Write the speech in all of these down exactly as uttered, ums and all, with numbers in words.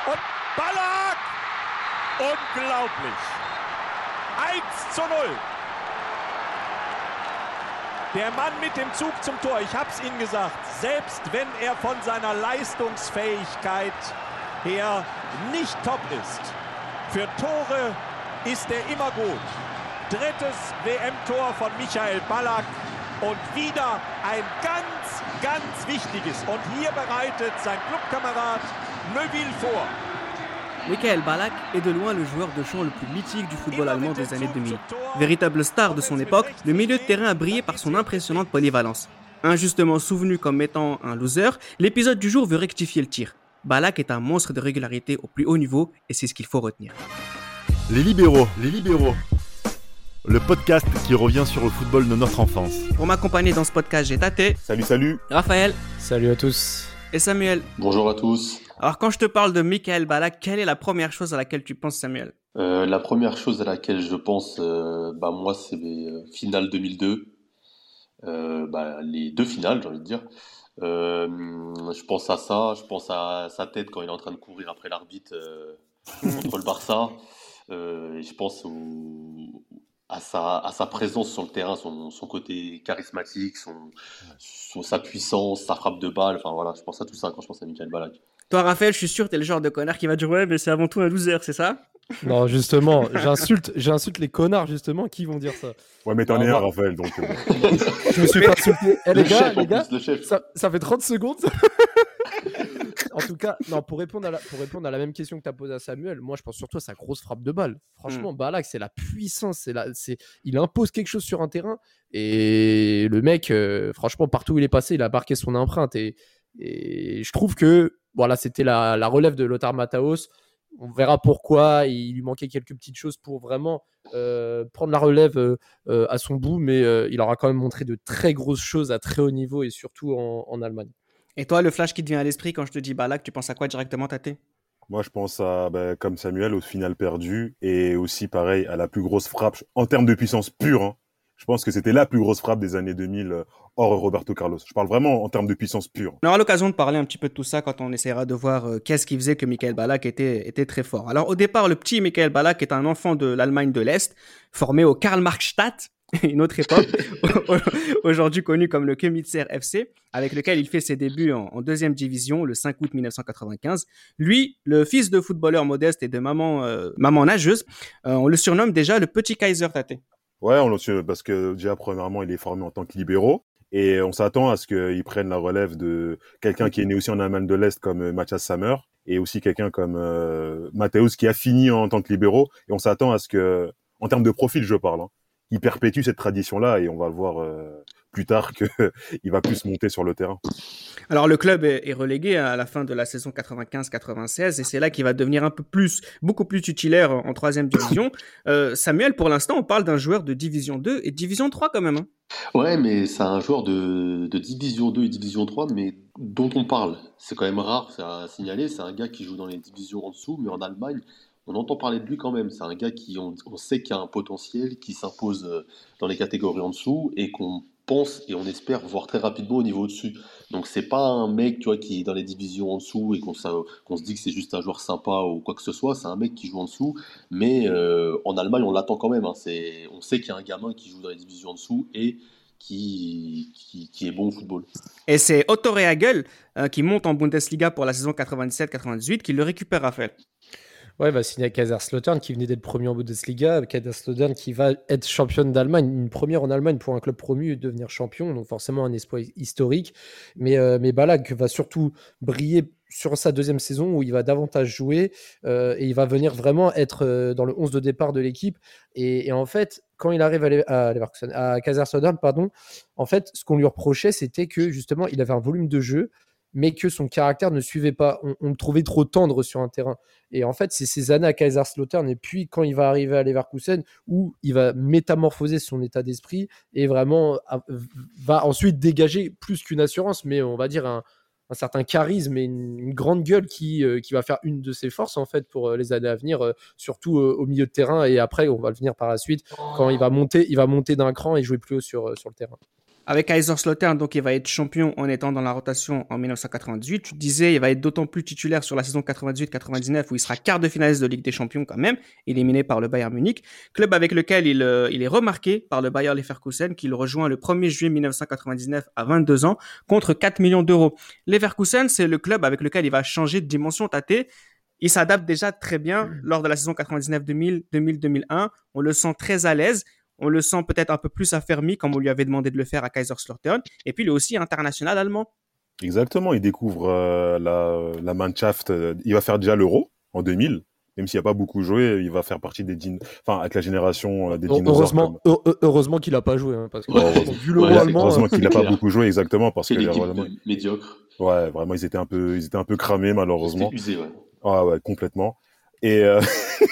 Und Ballack! Unglaublich! eins zu null. Der Mann mit dem Zug zum Tor, ich hab's Ihnen gesagt, selbst wenn er von seiner Leistungsfähigkeit her nicht top ist, für Tore ist er immer gut. Drittes W M-Tor von Michael Ballack und wieder ein ganz, ganz wichtiges. Und hier bereitet sein Clubkamerad Neuville vor. Michael Ballack est de loin le joueur de champ le plus mythique du football allemand des années deux mille. Véritable star de son époque, le milieu de terrain a brillé par son impressionnante polyvalence. Injustement souvenu comme étant un loser, l'épisode du jour veut rectifier le tir. Ballack est un monstre de régularité au plus haut niveau et c'est ce qu'il faut retenir. Les libéraux, les libéraux. Le podcast qui revient sur le football de notre enfance. Pour m'accompagner dans ce podcast, j'ai Tate. Salut, salut. Raphaël. Salut à tous. Et Samuel. Bonjour à tous. Alors quand je te parle de Michael Ballack, quelle est la première chose à laquelle tu penses, Samuel ? euh, La première chose à laquelle je pense, euh, bah moi, c'est les euh, finales deux mille deux. Euh, bah, les deux finales, j'ai envie de dire. Euh, je pense à ça, je pense à sa tête quand il est en train de courir après l'arbitre euh, contre le Barça. Euh, et je pense au, à, sa, à sa présence sur le terrain, son, son côté charismatique, son, son, sa puissance, sa frappe de balle. Enfin voilà, je pense à tout ça quand je pense à Michael Ballack. Toi, Raphaël, je suis sûr que t'es le genre de connard qui va dire ouais, mais c'est avant tout un loser, c'est ça ? Non, justement, j'insulte, j'insulte les connards justement qui vont dire ça. Ouais, mais t'en Ah, es un, ouais. Raphaël, donc. euh, Je me suis pas insulté. Eh, les Le gars, chef, les en gars, plus, le chef. ça, ça fait trente secondes. En tout cas, non, pour répondre à la, pour répondre à la même question que tu as posée à Samuel, moi je pense surtout à sa grosse frappe de balle. Franchement, Ballack, c'est la puissance, c'est la, c'est, il impose quelque chose sur un terrain et le mec, euh, franchement, partout où il est passé, il a marqué son empreinte et, et je trouve que voilà, c'était la, la relève de Lothar Matthäus. On verra pourquoi il lui manquait quelques petites choses pour vraiment euh, prendre la relève euh, euh, à son bout, mais euh, il aura quand même montré de très grosses choses à très haut niveau et surtout en, en Allemagne. Et toi, le flash qui te vient à l'esprit quand je te dis Ballack, tu penses à quoi directement, Tate ? Moi, je pense à, ben, comme Samuel, au final perdu et aussi, pareil, à la plus grosse frappe en termes de puissance pure. Hein. Je pense que c'était la plus grosse frappe des années deux mille euh, hors Roberto Carlos. Je parle vraiment en termes de puissance pure. On aura l'occasion de parler un petit peu de tout ça quand on essaiera de voir euh, qu'est-ce qui faisait que Michael Ballack était, était très fort. Alors au départ, le petit Michael Ballack est un enfant de l'Allemagne de l'Est, formé au Karl-Marx-Stadt, une autre époque, aujourd'hui connu comme le Chemnitzer F C, avec lequel il fait ses débuts en, en deuxième division le cinq août dix-neuf cent quatre-vingt-quinze. Lui, le fils de footballeur modeste et de maman, euh, maman nageuse, euh, on le surnomme déjà le petit Kaiser, Tate. Ouais, on le parce que déjà, premièrement, il est formé en tant que libéraux. Et on s'attend à ce qu'il prenne la relève de quelqu'un qui est né aussi en Allemagne de l'Est comme Matthias Sammer et aussi quelqu'un comme euh, Matthäus qui a fini en tant que libéraux. Et on s'attend à ce que, en termes de profil, je parle, hein, il perpétue cette tradition-là et on va le voir euh, plus tard qu'il va plus monter sur le terrain. Alors le club est, est relégué à la fin de la saison quatre-vingt-quinze quatre-vingt-seize et c'est là qu'il va devenir un peu plus, beaucoup plus titulaire en, en troisième division. Euh, Samuel, pour l'instant, on parle d'un joueur de division deux et division trois quand même. Hein. Ouais, mais c'est un joueur de, de division deux et division trois, mais dont on parle. C'est quand même rare, c'est à signaler. C'est un gars qui joue dans les divisions en dessous, mais en Allemagne, on entend parler de lui quand même. C'est un gars qui, on, on sait qu'il a un potentiel, qui s'impose dans les catégories en dessous et qu'on pense et on espère voir très rapidement au niveau au-dessus. Donc c'est pas un mec, tu vois, qui est dans les divisions en dessous et qu'on, ça, qu'on se dit que c'est juste un joueur sympa ou quoi que ce soit. C'est un mec qui joue en dessous, mais euh, en Allemagne on l'attend quand même. Hein. C'est, on sait qu'il y a un gamin qui joue dans les divisions en dessous et qui, qui, qui est bon au football. Et c'est Otto Rehhagel euh, qui monte en Bundesliga pour la saison quatre-vingt-dix-sept quatre-vingt-dix-huit qui le récupère, Raphaël. Ouais, il va signer à Kaiserslautern qui venait d'être premier en Bundesliga, Kaiserslautern qui va être championne d'Allemagne, une première en Allemagne pour un club promu et devenir champion, donc forcément un espoir historique. Mais, euh, mais Ballack va surtout briller sur sa deuxième saison où il va davantage jouer euh, et il va venir vraiment être euh, dans le onze de départ de l'équipe. Et, et en fait, quand il arrive à, Le- à, Leverkusen- à Kaiserslautern, pardon, en fait, ce qu'on lui reprochait, c'était que justement, il avait un volume de jeu, mais que son caractère ne suivait pas. On, on le trouvait trop tendre sur un terrain. Et en fait, c'est ces années à Kaiserslautern et puis quand il va arriver à Leverkusen où il va métamorphoser son état d'esprit et vraiment a- va ensuite dégager plus qu'une assurance, mais on va dire un, un certain charisme et une, une grande gueule qui, euh, qui va faire une de ses forces en fait pour euh, les années à venir, euh, surtout euh, au milieu de terrain et après on va le venir par la suite quand il va monter, il va monter d'un cran et jouer plus haut sur, euh, sur le terrain. Avec Kaiserslautern, donc il va être champion en étant dans la rotation en dix-neuf cent quatre-vingt-dix-huit. Tu disais, il va être d'autant plus titulaire sur la saison quatre-vingt-dix-huit quatre-vingt-dix-neuf où il sera quart de finaliste de Ligue des Champions quand même, éliminé par le Bayern Munich. Club avec lequel il, euh, il est remarqué par le Bayer Leverkusen, qu'il rejoint le premier juillet dix-neuf cent quatre-vingt-dix-neuf à vingt-deux ans contre quatre millions d'euros. Leverkusen, c'est le club avec lequel il va changer de dimension. Tate, il s'adapte déjà très bien lors de la saison quatre-vingt-dix-neuf deux mille, deux mille deux mille un. On le sent très à l'aise. On le sent peut-être un peu plus affermi, comme on lui avait demandé de le faire à Kaiserslautern. Et puis, il est aussi international allemand. Exactement, il découvre euh, la, la Mannschaft. Euh, il va faire déjà l'Euro en deux mille. Même s'il n'y a pas beaucoup joué, il va faire partie des din... enfin, avec la génération euh, des dinosaures. Heureusement, comme... heu- heureusement qu'il n'a pas joué. Hein, parce que, heureusement. vu le Ouais, allemand, heureusement qu'il n'a pas clair. beaucoup joué, exactement. Parce C'est que l'équipe vraiment, de- médiocre. ouais, vraiment, ils étaient un peu, ils étaient un peu cramés, malheureusement. C'était usé, ouais. Ah ouais, complètement. Et, euh...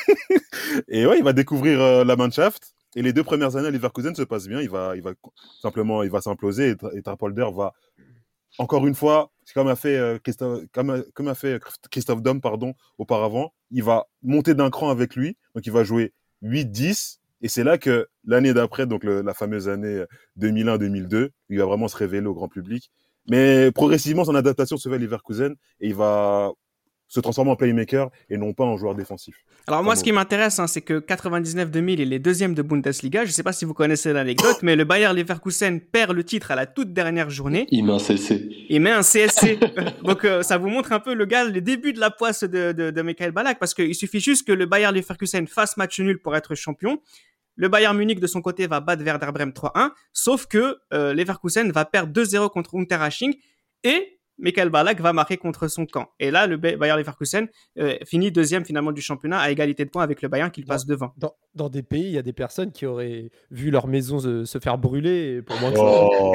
et ouais, il va découvrir euh, la Mannschaft. Et les deux premières années à Leverkusen se passent bien. Il va, il va simplement, il va s'imploser. Et, Tra- et Trapolder va, encore une fois, c'est comme a fait euh, Christophe, comme a, comme a fait Christophe Daum, pardon, auparavant. Il va monter d'un cran avec lui. Donc, il va jouer huit dix. Et c'est là que l'année d'après, donc le, la fameuse année deux mille un deux mille deux, il va vraiment se révéler au grand public. Mais progressivement, son adaptation se fait à Leverkusen et il va se transformer en playmaker et non pas en joueur défensif. Alors moi, Comme ce qui m'intéresse, hein, c'est que quatre-vingt-dix-neuf deux mille, il est deuxième de Bundesliga. Je ne sais pas si vous connaissez l'anecdote, mais le Bayer Leverkusen perd le titre à la toute dernière journée. Il met un C S C. Il met un C S C. Donc euh, ça vous montre un peu le gars, les débuts de la poisse de, de, de Michael Ballack, parce qu'il suffit juste que le Bayer Leverkusen fasse match nul pour être champion. Le Bayern Munich, de son côté, va battre Werder Bremen trois un, sauf que euh, Leverkusen va perdre deux zéro contre Unterhaching et Michael Ballack va marquer contre son camp. Et là, le Bayer Leverkusen euh, finit deuxième finalement du championnat à égalité de points avec le Bayern qui le passe devant. dans, dans des pays, il y a des personnes qui auraient vu leur maison se, se faire brûler. Et pour moi, Oh.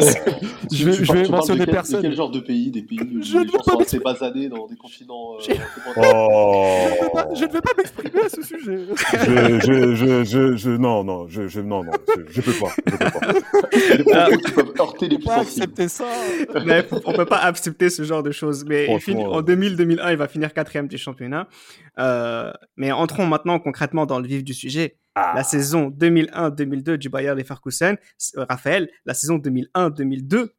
je vais, Tu je parles- vais tu parles mentionner de quel, personne. de quel genre de pays? Des pays où Je les ne gens veux pas sont assez basanés dans des continents. Euh, J'ai- Oh. Je ne vais pas- je ne vais pas m'exprimer à ce sujet. je, je, je, je, je, non, non, je, je, non, non, je, je peux pas, je peux pas. des propos qui peuvent heurter les Je plus peux pas sensibles. accepter ça. Mais on peut pas accepter ce genre de choses. Mais il Franchement, finit, en euh. deux mille deux mille un, il va finir quatrième du championnat. Euh, mais entrons maintenant concrètement dans le vif du sujet. Ah. La saison deux mille un deux mille deux du Bayer Leverkusen, euh, Raphaël, la saison deux mille un deux mille deux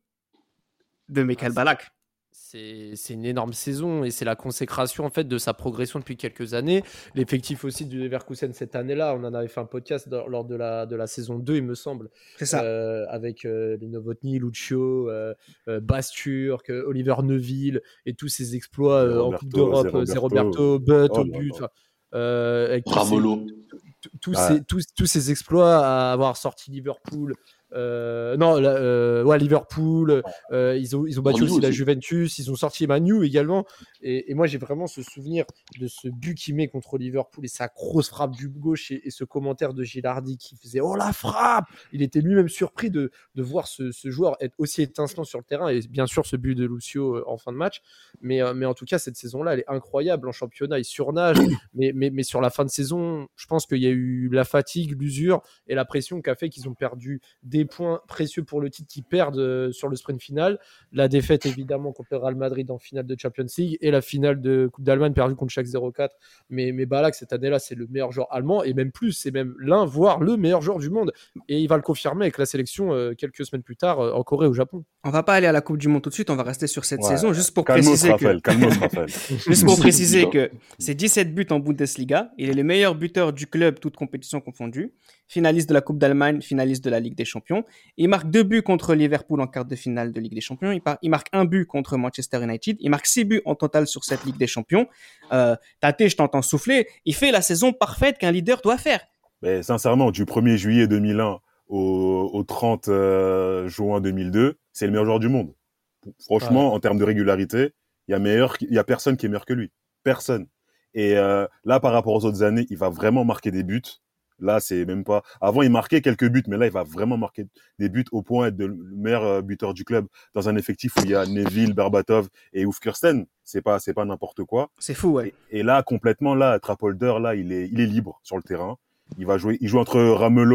de Michael Ah, Ballack. C'est, c'est une énorme saison et c'est la consécration en fait de sa progression depuis quelques années. L'effectif aussi du Leverkusen cette année-là, on en avait fait un podcast dans- lors de la, de la saison deux, il me semble, C'est ça. euh, avec euh, les Novotny, Lucio, euh, euh, Basturk, euh, Oliver Neuville et tous ces exploits euh, en Roberto, Coupe d'Europe, Zé Zé Roberto. Roberto, Butt Oh au là but, là. enfin, euh, avec tous ces- Ramolo. tous, Ouais. ces, tous, tous ces exploits à avoir sorti Liverpool. Euh, non, la- euh, ouais, Liverpool. euh, ils, ont, ils ont battu Manu aussi la aussi. Juventus. Ils ont sorti Manu également. Et, et moi, j'ai vraiment ce souvenir de ce but qu'il met contre Liverpool et sa grosse frappe du gauche et, et ce commentaire de Gilardi qui faisait oh la frappe. Il était lui-même surpris de, de voir ce, ce joueur être aussi étincelant sur le terrain et bien sûr ce but de Lucio euh, en fin de match. Mais, euh, mais en tout cas, cette saison-là, elle est incroyable en championnat. Il surnage. mais, mais, mais sur la fin de saison, je pense qu'il y a eu la fatigue, l'usure et la pression qui a fait qu'ils ont perdu des points précieux pour le titre qu'ils perdent euh, sur le sprint final. La défaite évidemment contre le Real Madrid en finale de Champions League et la finale de Coupe d'Allemagne perdue contre Schalke zéro quatre. Mais, mais Ballack, cette année-là, c'est le meilleur joueur allemand et même plus, c'est même l'un, voire le meilleur joueur du monde. Et il va le confirmer avec la sélection euh, quelques semaines plus tard euh, en Corée au Japon. On va pas aller à la Coupe du Monde tout de suite, on va rester sur cette Ouais. saison juste pour Calmos, préciser que Raphaël, calmos, Raphaël. Juste pour C'est préciser bien. que c'est dix-sept buts en Bundesliga. Il est le meilleur buteur du club, toutes compétitions confondues. Finaliste de la Coupe d'Allemagne, finaliste de la Ligue des Champions. Il marque deux buts contre Liverpool en quart de finale de Ligue des Champions. Il, par- il marque un but contre Manchester United. Il marque six buts en total sur cette Ligue des Champions. Euh, Tate, je t'entends souffler. Il fait la saison parfaite qu'un leader doit faire. Mais sincèrement, du premier juillet deux mille un au, au trente euh, juin deux mille deux, c'est le meilleur joueur du monde. Franchement, en termes de régularité, il y a meilleur, il y a personne qui est meilleur que lui. Personne. Et euh, là, par rapport aux autres années, il va vraiment marquer des buts. Là, c'est même pas. Avant, il marquait quelques buts, mais là, il va vraiment marquer des buts au point d'être le meilleur euh, buteur du club dans un effectif où il y a Neville, Berbatov et Uffe Kirsten. C'est pas, c'est pas n'importe quoi. C'est fou, ouais. Et, et là, complètement, là, Trapolder, là, il est, il est libre sur le terrain. Il va jouer, il joue entre Ramelow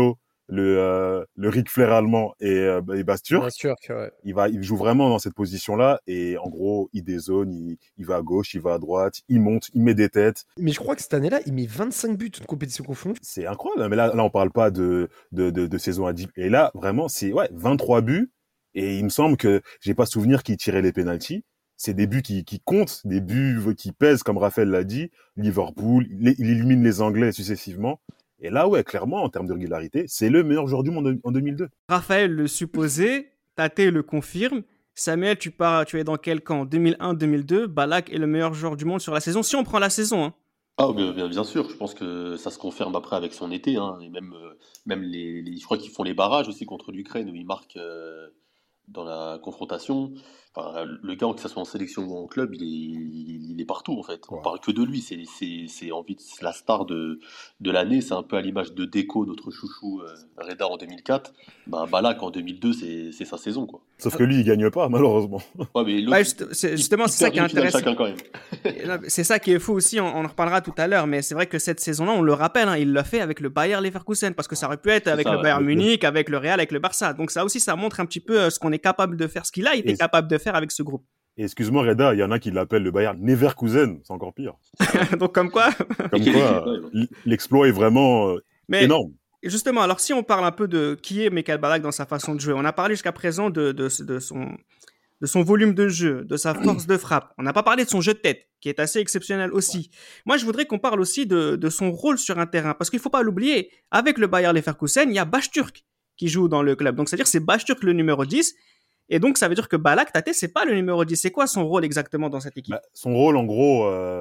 le, euh, le Ric Flair allemand et, euh, et Basturk. Basturk, ouais. Il va, il joue vraiment dans cette position-là et en gros, il dézone, il, il va à gauche, il va à droite, il monte, il met des têtes. Mais je crois que cette année-là, il met vingt-cinq buts de compétition confondue. C'est incroyable. Mais là, là, on parle pas de, de, de, de saison à dix. Et là, vraiment, c'est, ouais, vingt-trois buts. Et il me semble que j'ai pas souvenir qu'il tirait les pénaltys. C'est des buts qui, qui comptent, des buts qui pèsent, comme Raphaël l'a dit. Liverpool, il, il élimine les Anglais successivement. Et là, ouais, clairement, en termes de régularité, c'est le meilleur joueur du monde en deux mille deux. Raphaël le supposait, Tate le confirme. Samuel, tu pars, tu es dans quel camp? deux mille un deux mille deux, Ballack est le meilleur joueur du monde sur la saison. Si on prend la saison, hein. Ah, bien, bien, bien sûr, je pense que ça se confirme après avec son été, hein, et même, euh, même les, les- je crois qu'ils font les barrages aussi contre l'Ukraine où il marque euh, dans la confrontation. Enfin, le gars, que ce soit en sélection ou en club, il est, il, il est partout en fait. On Ouais. parle que de lui, c'est, c'est, c'est envie de- c'est la star de, de l'année. C'est un peu à l'image de Deco, notre chouchou euh, Reda en deux mille quatre. Ben, Ballack en deux mille deux, c'est, c'est sa saison quoi. Sauf que lui, il gagne pas, malheureusement. Ouais, mais l'autre, Ouais, juste- c'est- il- justement, il c'est ça perd qui est une finale intéressant. chacun quand même. Et là, c'est ça qui est fou aussi, on, on en reparlera tout à l'heure, mais c'est vrai que cette saison-là, on le rappelle, hein, il l'a fait avec le Bayer Leverkusen, parce que ça aurait pu être C'est avec ça, le ouais. Bayern Munich, avec le Real, avec le Barça. Donc ça aussi, ça montre un petit peu euh, ce qu'on est capable de faire, ce qu'il a été Et- capable de faire avec ce groupe. Et excuse-moi, Reda, il y en a qui l'appellent le Bayern Neverkusen, c'est encore pire. Donc comme quoi. Comme quelle quoi, équipe, ouais, ouais. l- l'exploit est vraiment euh, Mais énorme. justement, alors si on parle un peu de qui est Michael Ballack dans sa façon de jouer, on a parlé jusqu'à présent de, de, de son, de son volume de jeu, de sa force de frappe. On n'a pas parlé de son jeu de tête, qui est assez exceptionnel aussi. Moi, je voudrais qu'on parle aussi de, de son rôle sur un terrain, parce qu'il ne faut pas l'oublier, avec le Bayer Leverkusen, il y a Basturk qui joue dans le club. Donc, c'est-à-dire c'est Basturk le numéro dix, et donc ça veut dire que Ballack, Tate, c'est pas le numéro dix. C'est quoi son rôle exactement dans cette équipe? Bah, son rôle, en gros,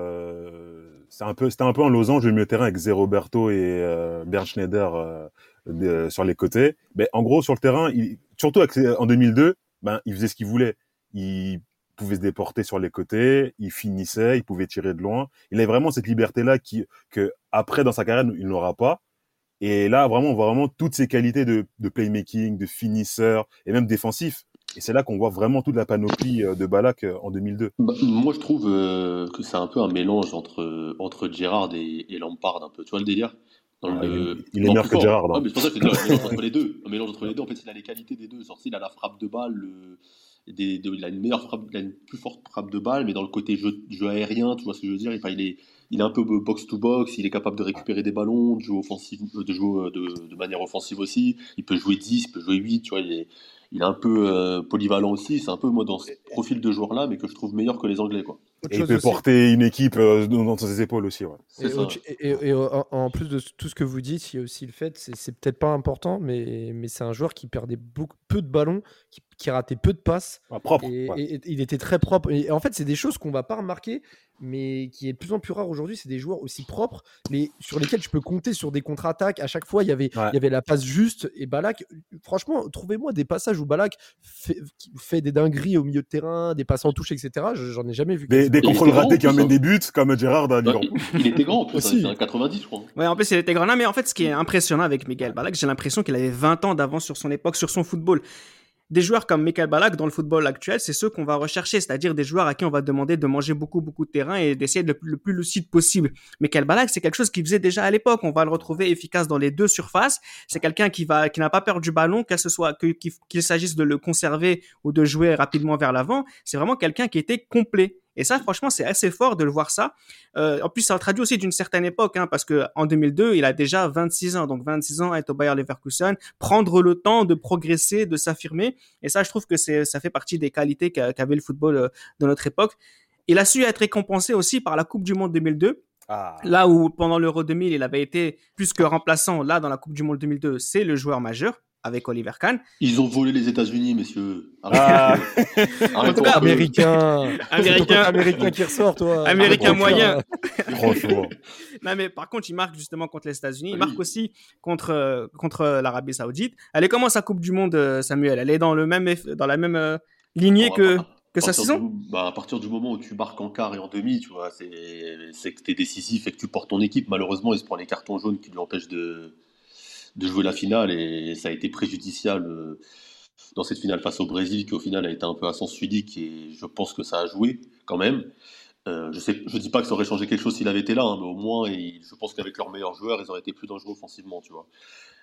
euh, c'est un peu, c'était un peu un losange du milieu de terrain avec Zé Roberto et euh, Bernd Schneider euh, de- sur les côtés. Mais en gros, sur le terrain, il, surtout avec, en deux mille deux, ben, il faisait ce qu'il voulait. Il pouvait se déporter sur les côtés, il finissait, il pouvait tirer de loin. Il avait vraiment cette liberté-là qui, que après, dans sa carrière, il n'aura pas. Et là, vraiment, on voit vraiment toutes ses qualités de, de playmaking, de finisseur et même défensif. Et c'est là qu'on voit vraiment toute la panoplie euh, de Ballack euh, en deux mille deux. Bah, moi, je trouve euh, que c'est un peu un mélange entre, entre Gerrard et, et Lampard, un peu. Tu vois le délire? Dans Ah, le, il est- il est dans meilleur plus que fort. Gerrard, là. Ouais, mais c'est pour ça que je te dis, un mélange entre les deux. Un mélange entre les deux. En fait, il a les qualités des deux. Genre, il a la frappe de balle, le- des, de- il a une meilleure frappe, il a une plus forte frappe de balle, mais dans le côté jeu, jeu aérien, tu vois ce que je veux dire? Enfin, il est, il est un peu box-to-box, il est capable de récupérer des ballons, de jouer, offensive, de, jouer euh, de, de manière offensive aussi. Il peut jouer dix, il peut jouer huit, tu vois. Il est, il est un peu euh, polyvalent aussi. C'est un peu, moi, dans ce profil de joueur-là, mais que je trouve meilleur que les Anglais, quoi. Autre Et il chose peut aussi. porter une équipe euh, dans dans ses épaules aussi, ouais. C'est Et, ça. autre- et- et- et en, en plus de tout ce que vous dites, il y a aussi le fait, c'est, c'est peut-être pas important, mais, mais c'est un joueur qui perdait beaucoup, peu de ballons, qui, qui ratait peu de passes. Ah, propre. Et, ouais. et- et il était très propre. Et en fait, c'est des choses qu'on va pas remarquer, mais qui est de plus en plus rare aujourd'hui. C'est des joueurs aussi propres, mais sur lesquels tu peux compter sur des contre-attaques. À chaque fois, il y avait, Ouais. il y avait la passe juste. Et Ballack, franchement, trouvez-moi des passages où Ballack fait, qui fait des dingueries au milieu de terrain, des passes en touche, et cetera. Je- J'en ai jamais vu. Des, des Il contrôles était grand, ratés qui en plus, emmènent hein. des buts, comme Gerrard à Ouais, Liverpool. il, il était grand en plus, Aussi. hein, c'est un quatre-vingt-dix, je crois. Ouais, en plus, il était grand. Non, mais en fait, ce qui est impressionnant avec Michael Ballack, j'ai l'impression qu'il avait vingt ans d'avance sur son époque, sur son football. Des joueurs comme Michael Ballack dans le football actuel, c'est ceux qu'on va rechercher, c'est-à-dire des joueurs à qui on va demander de manger beaucoup, beaucoup de terrain et d'essayer d'être le, le plus lucide possible. Michael Ballack, c'est quelque chose qu'il faisait déjà à l'époque. On va le retrouver efficace dans les deux surfaces. C'est quelqu'un qui va, qui n'a pas peur du ballon, que ce soit que- qu'il qu'il s'agisse de le conserver ou de jouer rapidement vers l'avant. C'est vraiment quelqu'un qui était complet. Et ça, franchement, c'est assez fort de le voir ça. Euh, en plus, ça traduit aussi d'une certaine époque, hein, parce que en deux mille deux, il a déjà vingt-six ans. Donc, vingt-six ans à être au Bayer Leverkusen, prendre le temps de progresser, de s'affirmer. Et ça, je trouve que c'est, ça fait partie des qualités qu'a- qu'avait le football euh, de notre époque. Il a su être récompensé aussi par la Coupe du Monde deux mille deux. Ah. Là où, pendant l'Euro deux mille, il avait été plus que remplaçant, là, dans la Coupe du Monde deux mille deux, c'est le joueur majeur avec Oliver Kahn. Ils ont volé les États-Unis, messieurs. Ah. Arrêtez- En tout arrêtons cas, un peu. Américain. Américain. Américain qui ressort, toi. Américain Arrête-toi. moyen. Franchement. Non, mais par contre, il marque justement contre les États-Unis. Il Oui. marque aussi contre, euh, contre euh, l'Arabie Saoudite. Elle est comment sa Coupe du Monde, euh, Samuel? Elle est dans, le même eff- dans la même euh, lignée Bon, que, à- que sa partir saison? du- bah, à partir du moment où tu marques en quart et en demi, tu vois, c'est, c'est que tu es décisif et que tu portes ton équipe. Malheureusement, il se prend les cartons jaunes qui lui empêchent de, de jouer la finale et ça a été préjudiciable euh, dans cette finale face au Brésil qui au final a été un peu à sens unique et je pense que ça a joué quand même. Euh, je sais, je dis pas que ça aurait changé quelque chose s'il avait été là, hein, mais au moins, il- je pense qu'avec leurs meilleurs joueurs, ils auraient été plus dangereux offensivement, tu vois.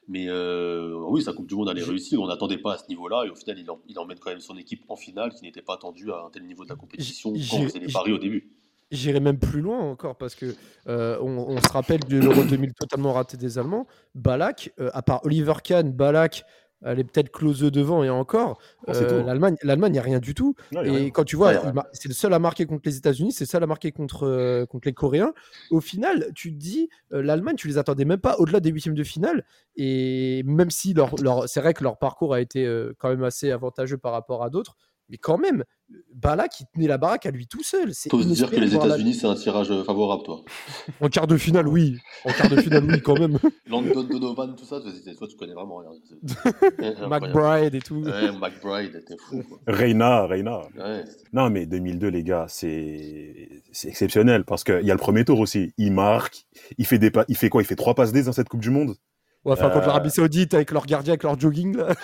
Mais euh, oui, sa Coupe du Monde, elle est Je- réussie. On n'attendait pas à ce niveau-là. Et au final, il, en- il emmène quand même son équipe en finale, qui n'était pas attendue à un tel niveau de la j- compétition quand on J'irai faisait les j'- paris au début. j'irai même plus loin encore parce que euh, on, on se rappelle de l'Euro deux mille totalement raté des Allemands. Ballack, euh, à part Oliver Kahn, Ballack, elle est peut-être close devant et encore. Non, c'est euh, tout. L'Allemagne, l'Allemagne, il n'y a rien du tout. Non, y a Et rien. quand tu vois, Ouais, il ouais. mar- c'est le seul à marquer contre les États-Unis, c'est le seul à marquer contre, euh, contre les Coréens. Au final, tu te dis, euh, l'Allemagne, tu les attendais même pas au-delà des huitièmes de finale. Et même si leur, leur, c'est vrai que leur parcours a été euh, quand même assez avantageux par rapport à d'autres, mais quand même, Ballack, il tenait la baraque à lui tout seul. C'est T'oses dire que inespéré de les voir la- États-Unis, c'est un tirage euh, favorable, toi. En quart de finale, oui. En quart de finale, oui, quand même. Landon Donovan, tout ça, toi, toi, tu connais vraiment rien. C'est incroyable. McBride et tout. Ouais, McBride, t'es fou. Quoi. Reina, Reina. Ouais. Non, mais deux mille deux, les gars, c'est c'est exceptionnel parce qu'il y a le premier tour aussi. Il marque, il fait des pa- il fait quoi? Il fait trois passes D dans cette Coupe du Monde. Ouais, enfin, contre Euh, l'Arabie Saoudite avec leur gardien, avec leur jogging, là.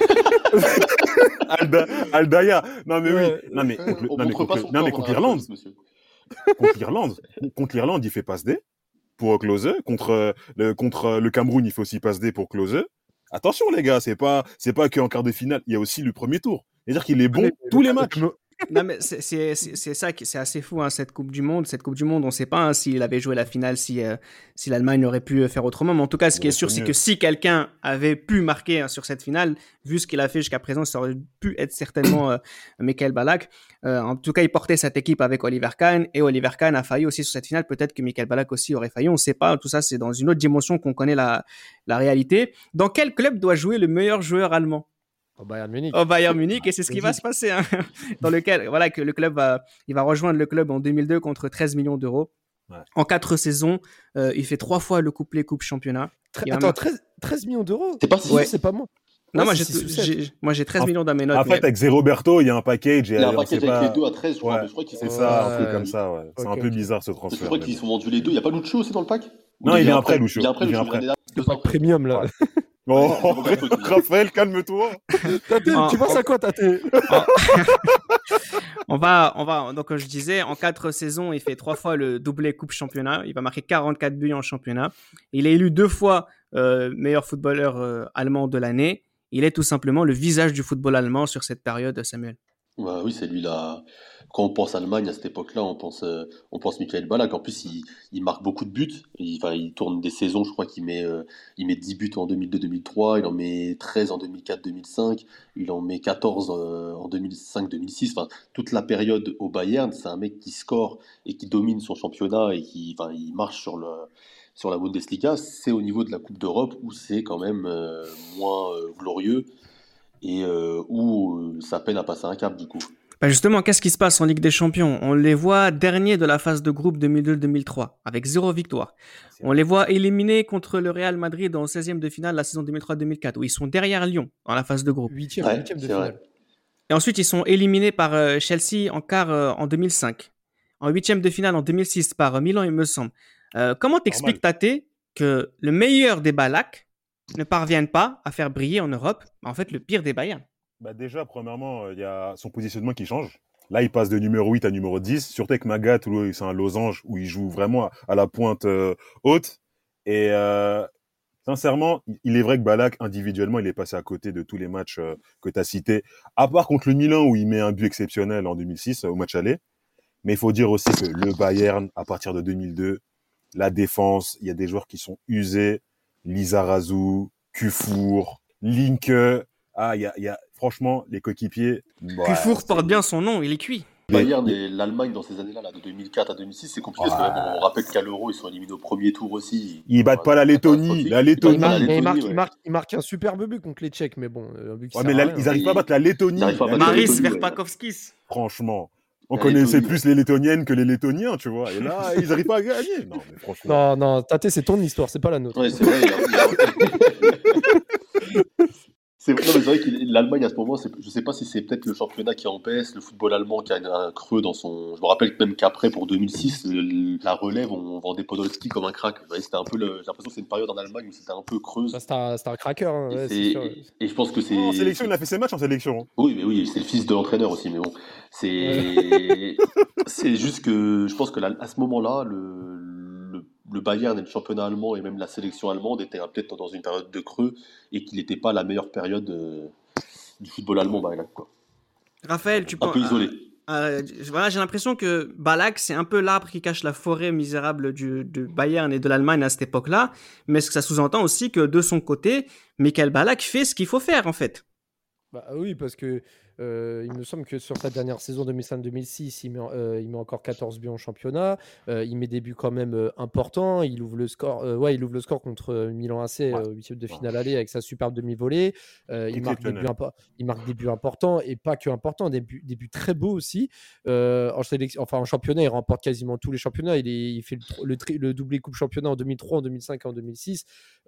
Alda, Aldaya. Non mais Ouais. oui. Non mais contre, le- On non, mais montre pas contre, son non, mais corps, contre on a l'Irlande, raison, monsieur. contre l'Irlande, contre l'Irlande, il fait passe D pour Klose. Contre euh, le contre euh, le Cameroun, il fait aussi passe D pour Klose. Attention les gars, c'est pas c'est pas qu'en quart de finale, il y a aussi le premier tour. C'est-à-dire qu'il est bon Mais tous le- les le- matchs. le- Non, mais c'est c'est- c'est- c'est ça qui c'est assez fou, hein, cette Coupe du Monde. Cette Coupe du Monde, on ne sait pas hein, s'il avait joué la finale, si, euh, si l'Allemagne aurait pu faire autrement. Mais en tout cas, ce qui Ouais, est sûr, c'est c'est mieux. que si quelqu'un avait pu marquer hein, sur cette finale, vu ce qu'il a fait jusqu'à présent, ça aurait pu être certainement euh, Michael Ballack. Euh, en tout cas, il portait cette équipe avec Oliver Kahn et Oliver Kahn a failli aussi sur cette finale. Peut-être que Michael Ballack aussi aurait failli. On ne sait pas. Tout ça, c'est dans une autre dimension qu'on connaît la, la réalité. Dans quel club doit jouer le meilleur joueur allemand? Au Bayern Munich. Au Bayern Munich, et c'est ce qui va se passer, hein, dans lequel, voilà, que le club va, il va rejoindre le club en deux mille deux contre treize millions d'euros. Ouais. En quatre saisons, euh, il fait trois fois le couplet Coupe Championnat. Tre- Il va Attends, ma- treize, treize millions d'euros. C'est pas si Ouais. C'est pas moi. Non, Ouais, moi, c'est j'ai, six ou sept. j'ai- moi, j'ai treize En- millions dans mes notes. En mais- fait, avec Zéroberto, il y a un package. Et Il y a un on package sait avec pas- les deux à treize, je crois, Ouais, mais je crois qu'ils c'est sont- ça, un Ouais. truc comme ça. Ouais. C'est Ok, un peu ok. bizarre ce Je transfert. crois mais qu'ils bon. sont vendus les deux. Il n'y a pas Lucho aussi dans le pack? Non, Ou il vient vient après, Lucho. Il vient après, Il vient Lucho, après. l'année dernière, Le deux pack ans après. premium, là. Oh, c'est pas grave, truc. Raphaël, calme-toi. Tate, En- tu penses à quoi, Tate? On va, on va, donc, comme je disais, en quatre saisons, il fait trois fois le doublé Coupe Championnat. Il va marquer quarante-quatre buts en championnat. Il est élu deux fois euh, meilleur footballeur euh, allemand de l'année. Il est tout simplement le visage du football allemand sur cette période, Samuel. Bah oui, c'est lui là. Quand on pense Allemagne à cette époque-là, on pense, euh, on pense Michael Ballack. En plus, il, il marque beaucoup de buts. Il, enfin, il tourne des saisons, je crois qu'il met, euh, il met dix buts en deux mille deux deux mille trois, il en met treize en deux mille quatre deux mille cinq, il en met quatorze euh, en deux mille cinq deux mille six. Enfin, toute la période au Bayern, c'est un mec qui score et qui domine son championnat et qui, enfin, il marche sur le, sur la Bundesliga. C'est au niveau de la Coupe d'Europe où c'est quand même euh, moins euh, glorieux et euh, où euh, ça peine à passer un cap du coup. Bah justement, qu'est-ce qui se passe en Ligue des Champions? On les voit derniers de la phase de groupe deux mille deux deux mille trois, avec zéro victoire. On les voit éliminés contre le Real Madrid en seizième de finale la saison deux mille trois deux mille quatre, où ils sont derrière Lyon dans la phase de groupe. Huitième, Ouais, huitième de c'est vrai. finale. Et ensuite, ils sont éliminés par euh, Chelsea en quart euh, en deux mille cinq. En huitième de finale en deux mille six par euh, Milan, il me semble. Euh, comment t'expliques, Tate, que le meilleur des Ballack ne parvienne pas à faire briller en Europe, en fait, le pire des Bayern? Bah déjà, premièrement, il y a son positionnement qui change. Là, il passe de numéro huit à numéro dix. Surtout avec Magat, où c'est un losange, où il joue vraiment à la pointe euh, haute. Et euh, sincèrement, il est vrai que Ballack, individuellement, il est passé à côté de tous les matchs euh, que tu as cités. À part contre le Milan, où il met un but exceptionnel en deux mille six, euh, au match aller. Mais il faut dire aussi que le Bayern, à partir de deux mille deux, la défense, il y a des joueurs qui sont usés. Lizarazu, Kufour, Linke. Ah, il y a, il y a franchement les coéquipiers. Ouais, Kufour c'est- porte bien son nom, il est cuit. Bayern et l'Allemagne dans ces années-là, là, de deux mille quatre à deux mille six, c'est compliqué parce que même, on rappelle qu'à l'Euro, ils sont éliminés au premier tour aussi. Ils battent pas la Lettonie. La Il Lettonie. Ils battent marque, la mais il, Lettonie, marque, ouais. il, marque, il marque un superbe but contre les Tchèques, mais bon, euh, un but qui Ouais, sert mais à la- rien. ils arrivent pas à battre la Lettonie. Ils arrivent pas à La battre la Maris Lettonie, ouais. Verpakovskis. Franchement. On La connaissait Lettonie, plus les Lettoniennes que les Lettoniens, tu vois. Et là, ils arrivent pas à gagner. Non, mais Non, franchement. non, Tate, c'est ton histoire, c'est pas la nôtre. Ouais, c'est vrai. il y a- il y a- C'est vrai, non, mais c'est vrai que l'Allemagne à ce moment, c'est- je sais pas si c'est peut-être le championnat qui est en baisse, le football allemand qui a un creux dans son. Je me rappelle même qu'après, pour deux mille six, le- la relève, on vendait Podolski comme un crack. Vous voyez, c'était un peu le- J'ai l'impression que c'est une période en Allemagne où c'était un peu creuse. Ça, c'est un, c'est un cracker, hein, Et, ouais, c'est- c'est sûr. et- et je pense que c'est. En sélection, il a fait ses matchs en sélection. Oui, mais oui, c'est le fils de l'entraîneur aussi, mais bon, c'est c'est juste que je pense que là, à ce moment-là, le, le- le Bayern et le championnat allemand et même la sélection allemande étaient peut-être dans une période de creux et qu'il n'était pas la meilleure période euh, du football allemand, Ballack, quoi. Raphaël, tu Un penses. peu isolé. Euh, voilà, j'ai l'impression que Ballack, c'est un peu l'arbre qui cache la forêt misérable du, du Bayern et de l'Allemagne à cette époque-là. Mais est-ce que ça sous-entend aussi que de son côté, Michael Ballack fait ce qu'il faut faire, en fait? Bah oui, parce que euh, il me semble que sur sa dernière saison deux mille cinq deux mille six, il met, euh, il met encore quatorze buts en championnat. Euh, il met des buts quand même euh, importants. Il ouvre le score, euh, ouais, il ouvre le score contre euh, Milan A C, Ouais. euh, huitième de finale aller avec sa superbe demi-volée. Euh, il, marque des buts Exceptionnel. impo- il marque des buts importants et pas que importants, des buts, des buts très beaux aussi. Euh, en, sélection, enfin, en championnat, il remporte quasiment tous les championnats. Il, est, il fait le, tr- le, tri- le doublé Coupe Championnat en deux mille trois, en deux mille cinq et en deux mille six.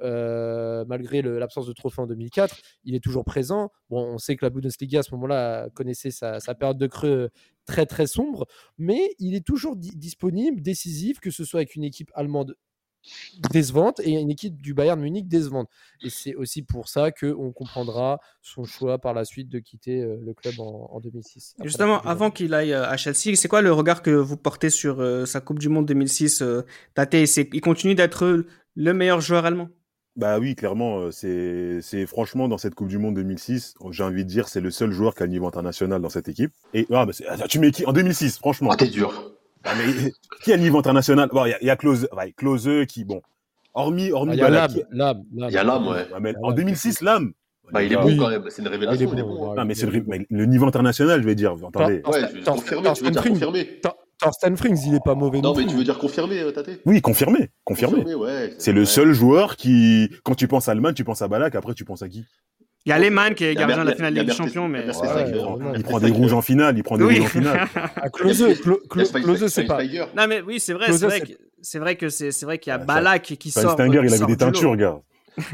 Euh, malgré le- l'absence de trophée en deux mille quatre, il est toujours présent. Bon, on sait que la Bundesliga à ce moment-là connaissait sa, sa période de creux très très sombre, mais il est toujours di- disponible, décisif, que ce soit avec une équipe allemande décevante et une équipe du Bayern Munich décevante. Et c'est aussi pour ça qu'on comprendra son choix par la suite de quitter euh, le club en, en deux mille six. après la Justement, Coupe du Monde. avant qu'il aille euh, à Chelsea, c'est quoi le regard que vous portez sur euh, sa Coupe du Monde deux mille six, euh, Tate? C'est, il continue d'être le meilleur joueur allemand? Bah oui, clairement, euh, c'est, c'est franchement dans cette Coupe du Monde deux mille six, j'ai envie de dire, c'est le seul joueur qui a le niveau international dans cette équipe. Et ah, bah c'est, ah, tu mets qui en deux mille six, franchement? Ah, t'es dur. Ah, mais qui a le niveau international? Bon, il y a, il y a Klose, ouais, Klose qui, bon, hormis, hormis Ah, il y a Ballack, Lam, Lam, Lam. Il y a Lam, ouais. Ouais, mais Ah, en Lam, deux mille six, Lam. Bah, il est gars, bon Oui. quand même, c'est une Ah, il est révélation, il est bon, bon. ouais, Non, mais il c'est est le, bon. mais le niveau international, je vais dire. Attendez. Tor- Ouais, je veux dire Tor- confirmer, Tor- tu veux dire Torsten confirmer. Tor- Torsten Frings, il est pas mauvais Non, non mais plus. tu veux dire confirmer, euh, Tate? Oui, confirmé, confirmé. Confirmer, ouais. C'est le ouais. seul joueur qui, quand tu penses à Allemagne, tu penses à Ballack, après tu penses à qui? Il y a Lehmann qui est Il y a gardien de la Mer- finale il y de a Ligue des Mertes- Champions, il y a mais... Mertes- Ouais, Mertes- ouais, euh, ouais. Il prend des rouges en finale, il prend des Oui. rouges en finale. Ah, Klose, Klo- Il y a Klo- Klose, c'est pas. Schweinsteiger. Non, mais oui, c'est vrai, Klose, c'est vrai, c'est- que, c'est vrai que c'est, c'est vrai qu'il y a Ouais, Ballack qui sort. Schweinsteiger, qui il avait sort des du lot. teintures, gars.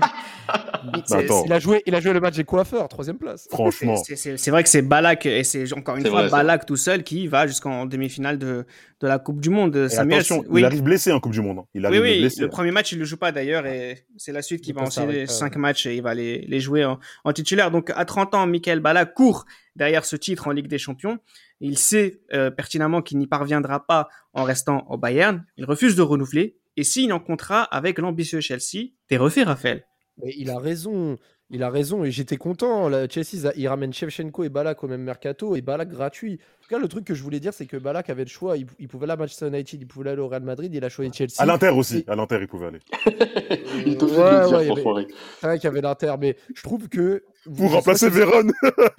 C'est- Attends. Il a joué, il a joué le match des coiffeurs, troisième place. Franchement. C'est, c'est, c'est vrai que c'est Ballack, et c'est encore une C'est fois vrai, c'est Ballack tout seul qui va jusqu'en demi-finale de, de la Coupe du Monde. Et Samuel, attention, oui. il arrive blessé en Coupe du Monde. hein. Il Oui, arrive oui, blessé. le premier match, il le joue pas d'ailleurs, et c'est la suite qui Le va Costa enchaîner Rica, cinq ouais. matchs et il va les, les jouer en, en titulaire. Donc, à trente ans, Michael Ballack court derrière ce titre en Ligue des Champions. Il sait euh, pertinemment qu'il n'y parviendra pas en restant au Bayern. Il refuse de renouveler et signe un contrat avec l'ambitieux Chelsea. T'es refait, Raphaël. Mais il a raison, il a raison et j'étais content. Là, Chelsea, il ramène Shevchenko et Ballack au même mercato et Ballack gratuit. En tout cas, le truc que je voulais dire, c'est que Ballack avait le choix. Il, il pouvait aller à Manchester United, il pouvait aller au Real Madrid, il a choisi Chelsea. À l'Inter aussi. Et- À l'Inter, il pouvait aller. Il te fait Ouais, le ouais, dire, il y avait- enfoiré. C'est vrai qu'il y avait l'Inter, mais je trouve que. Pour remplacer Vérone.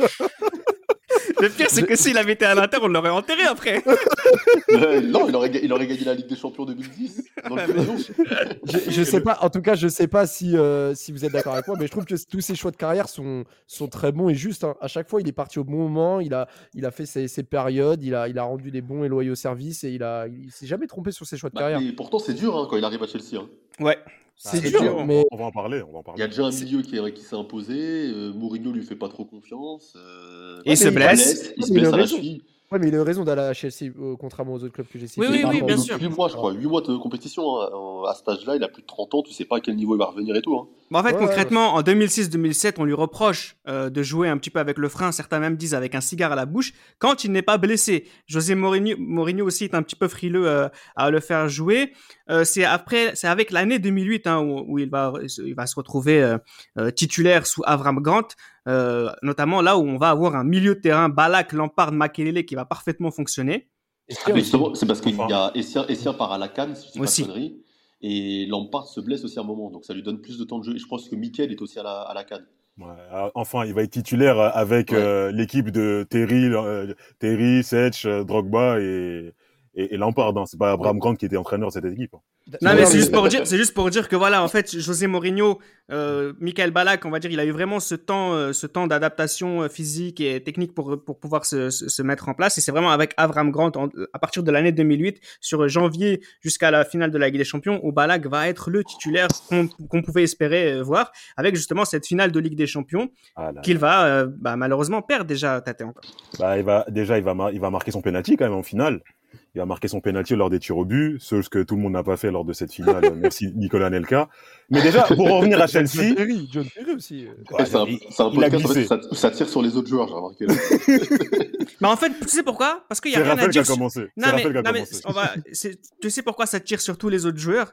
Le pire, c'est que s'il avait été à l'Inter, on l'aurait enterré après. Ouais, Non, il aurait, ga- il aurait gagné la Ligue des Champions deux mille dix. Dans le futur. Je, je sais pas, en tout cas, je sais pas si, euh, si vous êtes d'accord avec moi, mais je trouve que tous ses choix de carrière sont, sont très bons et justes. hein. À chaque fois, il est parti au bon moment, il a, il a fait ses, ses périodes, il a, il a rendu des bons et loyaux services et il a, il s'est jamais trompé sur ses choix de Bah, carrière. et pourtant, c'est dur hein, quand il arrive à Chelsea. hein. Ouais. C'est c'est dur, dur, mais On va en parler, on va en Il y parler. a déjà un milieu qui, est- qui s'est imposé. euh, Mourinho lui fait pas trop confiance. euh, Et il se il blesse. Il se Il a blesse à la raison. cheville. ouais, mais il a eu raison d'aller à Chelsea, euh, contrairement aux autres clubs que j'ai cités. Oui, oui, Par oui, rapport bien aux- sûr. huit mois, je crois. huit mois de compétition. hein. En- À cet âge-là, il a plus de trente ans. Tu sais pas à quel niveau il va revenir et tout. hein. Bon, en fait, Ouais, concrètement, en deux mille six deux mille sept, on lui reproche euh, de jouer un petit peu avec le frein, certains même disent avec un cigare à la bouche, quand il n'est pas blessé. José Mourinho, Mourinho aussi est un petit peu frileux euh, à le faire jouer. Euh, c'est après, c'est avec l'année deux mille huit hein, où, où il va, il va se retrouver euh, euh, titulaire sous Avram Grant, euh, notamment là où on va avoir un milieu de terrain Ballack, Lampard, Makelele qui va parfaitement fonctionner. Et Ah, c'est mais aussi- justement, c'est parce qu'il y Enfin. a Essien, Essien part à la Cannes, si je dis pas Aussi. de conneries. Et Lampard se blesse aussi à un moment. Donc ça lui donne plus de temps de jeu. Et je pense que Mikel est aussi à la, à la Cannes. Ouais, euh, enfin, il va être titulaire euh, avec Ouais. euh, l'équipe de Terry, euh, Terry, Setch, euh, Drogba et, et, et Lampard. hein. C'est pas Abraham Grant qui était entraîneur de cette équipe. hein. Non, mais D'ailleurs, c'est le- juste pour dire, c'est juste pour dire que voilà, en fait, José Mourinho, euh, Michael Ballack, on va dire, il a eu vraiment ce temps, euh, ce temps d'adaptation euh, physique et technique pour pour pouvoir se, se, se mettre en place. Et c'est vraiment avec Avram Grant, en- à partir de l'année deux mille huit, sur janvier jusqu'à la finale de la Ligue des Champions, où Ballack va être le titulaire qu'on qu'on pouvait espérer euh, voir, avec justement cette finale de Ligue des Champions Ah là qu'il va euh, bah, malheureusement perdre déjà. Tate encore. Bah, il va, déjà, il va, mar- il va marquer son penalty quand même en finale. Il va marquer son penalty lors des tirs au but, ce que tout le monde n'a pas fait lors de cette finale. Merci Nicolas Nelka. Mais déjà, pour revenir à John Chelsea, Terry, John Terry aussi. euh. ouais, Et c'est un, il, c'est un il a podcast en fait, glissé. où ça, où ça tire sur les autres joueurs, j'ai remarqué. là. Mais en fait, tu sais pourquoi? Parce qu'il y a C'est rien à Raphaël qui a dire. sur- commencé. Non C'est mais, Raphaël qui a non, mais commencé. on va, c'est- tu sais pourquoi ça tire sur tous les autres joueurs?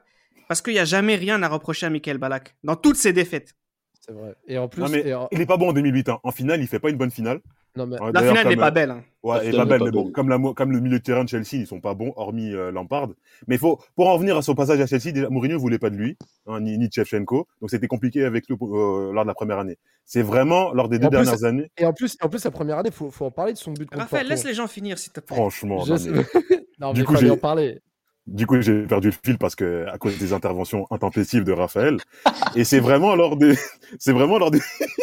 parce qu'il n'y a jamais rien à reprocher à Michael Ballack dans toutes ses défaites. C'est vrai. Et en plus, Non, mais et en... il est pas bon en deux mille huit. Hein. En finale, il fait pas une bonne finale. Non, mais... La D'ailleurs, finale n'est pas belle. Hein. Ouais, elle est pas belle, mais bon, comme, la, comme le milieu de terrain de Chelsea, ils sont pas bons, hormis euh, Lampard. Mais faut, pour en venir à son passage à Chelsea, déjà, Mourinho voulait pas de lui, hein, ni, ni de Shevchenko. Donc c'était compliqué avec lui euh, lors de la première année. C'est vraiment lors des deux plus, dernières années. Et en plus, en plus, la première année, faut, faut en parler de son but contre Raphaël, Porto. laisse les gens finir, s'il te plaît. Franchement. Je non, sais... mais... non, du mais coup, j'ai j'ai en parler. Du coup, j'ai perdu le fil parce que à cause des interventions intempestives de Raphaël. Et c'est vraiment lors des, c'est vraiment lors des,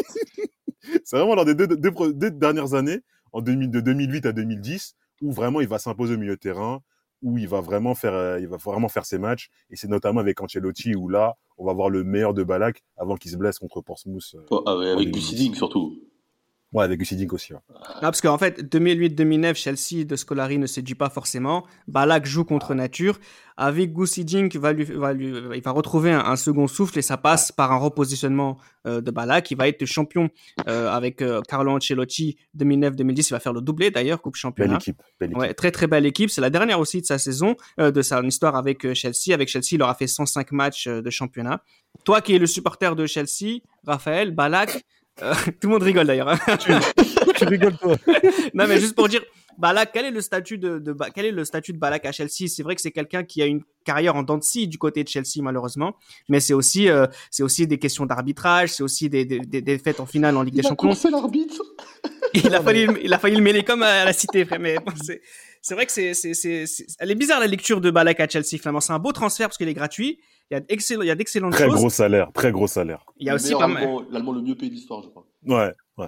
c'est vraiment lors des deux, deux, deux, deux dernières années, en deux mille, de deux mille huit à deux mille dix, où vraiment il va s'imposer au milieu de terrain, où il va vraiment faire, euh, il va vraiment faire ses matchs. Et c'est notamment avec Ancelotti où là, on va voir le meilleur de Ballack avant qu'il se blesse contre Portsmouth. Euh, oh, ah ouais, avec Guussi Dink surtout. Ouais, avec Guussi Dink aussi. Ouais. Ah, parce qu'en fait, deux mille huit deux mille neuf, Chelsea de Scolari ne séduit pas forcément. Ballack joue contre nature. Avec Guussi Dink, va lui, va lui, il va retrouver un, un second souffle et ça passe par un repositionnement euh, de Ballack. Il va être champion euh, avec euh, Carlo Ancelotti deux mille neuf deux mille dix. Il va faire le doublé d'ailleurs, Coupe Championnat. Belle équipe. Belle équipe. Ouais, très très belle équipe. C'est la dernière aussi de sa saison, euh, de sa histoire avec euh, Chelsea. Avec Chelsea, il aura fait cent cinq matchs euh, de championnat. Toi qui es le supporter de Chelsea, Raphaël, Ballack, Euh, tout le monde rigole d'ailleurs. Hein. Tu, tu rigoles toi. Non mais juste pour dire, Ballack, quel est le statut de, de quel est le statut de Ballack à Chelsea? C'est vrai que c'est quelqu'un qui a une carrière en dents de scie du côté de Chelsea malheureusement, mais c'est aussi euh, c'est aussi des questions d'arbitrage, c'est aussi des des, des défaites en finale en Ligue il des Champions. C'est l'arbitre. Il a failli il a failli le mêler comme à la Cité, frère. Mais bon, c'est c'est vrai que c'est c'est c'est, c'est elle est bizarre la lecture de Ballack à Chelsea. Finalement, c'est un beau transfert parce qu'il est gratuit. Il y a d'excellents, il y a d'excellentes très choses. Très gros salaire, très gros salaire. Il y a le aussi pas mal. Allemand, l'Allemand le mieux payé de l'histoire, je crois. Ouais, ouais.